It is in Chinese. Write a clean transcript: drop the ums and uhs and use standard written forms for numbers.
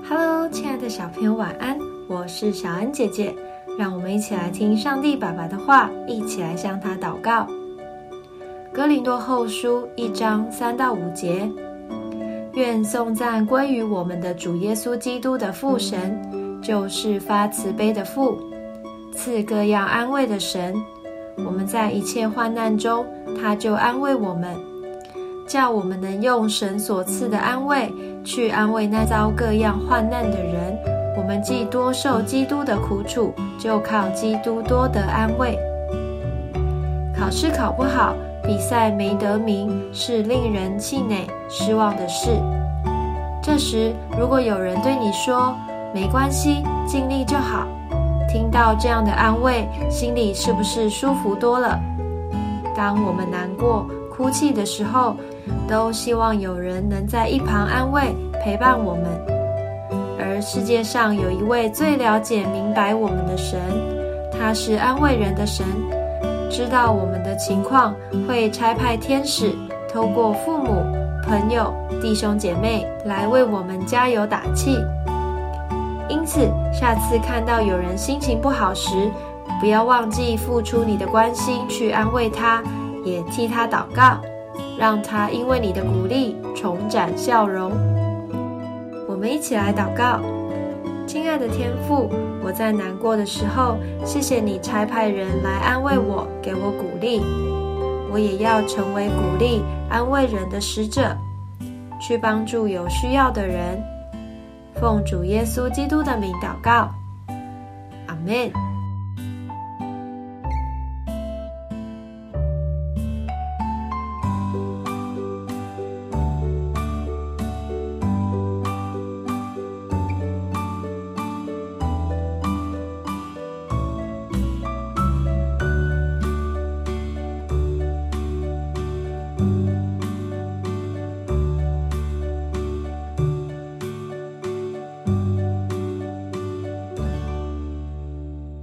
Hello， 亲爱的小朋友晚安，我是小恩姐姐，让我们一起来听上帝爸爸的话，一起来向他祷告。哥林多后书1章3到5节，愿颂赞归于我们的主耶稣基督的父神，就是发慈悲的父，赐各样安慰的神。我们在一切患难中，他就安慰我们，叫我们能用神所赐的安慰去安慰那遭各样患难的人。我们既多受基督的苦楚，就靠基督多得安慰。考试考不好，比赛没得名，是令人气馁失望的事。这时如果有人对你说没关系，尽力就好，听到这样的安慰，心里是不是舒服多了？当我们难过哭泣的时候，都希望有人能在一旁安慰陪伴我们。而世界上有一位最了解明白我们的神，他是安慰人的神，知道我们的情况，会差派天使透过父母、朋友、弟兄姐妹来为我们加油打气。因此下次看到有人心情不好时，不要忘记付出你的关心去安慰他，也替他祷告，让他因为你的鼓励重展笑容。我们一起来祷告。亲爱的天父，我在难过的时候，谢谢你差派人来安慰我，给我鼓励。我也要成为鼓励安慰人的使者，去帮助有需要的人。奉主耶稣基督的名祷告，阿们。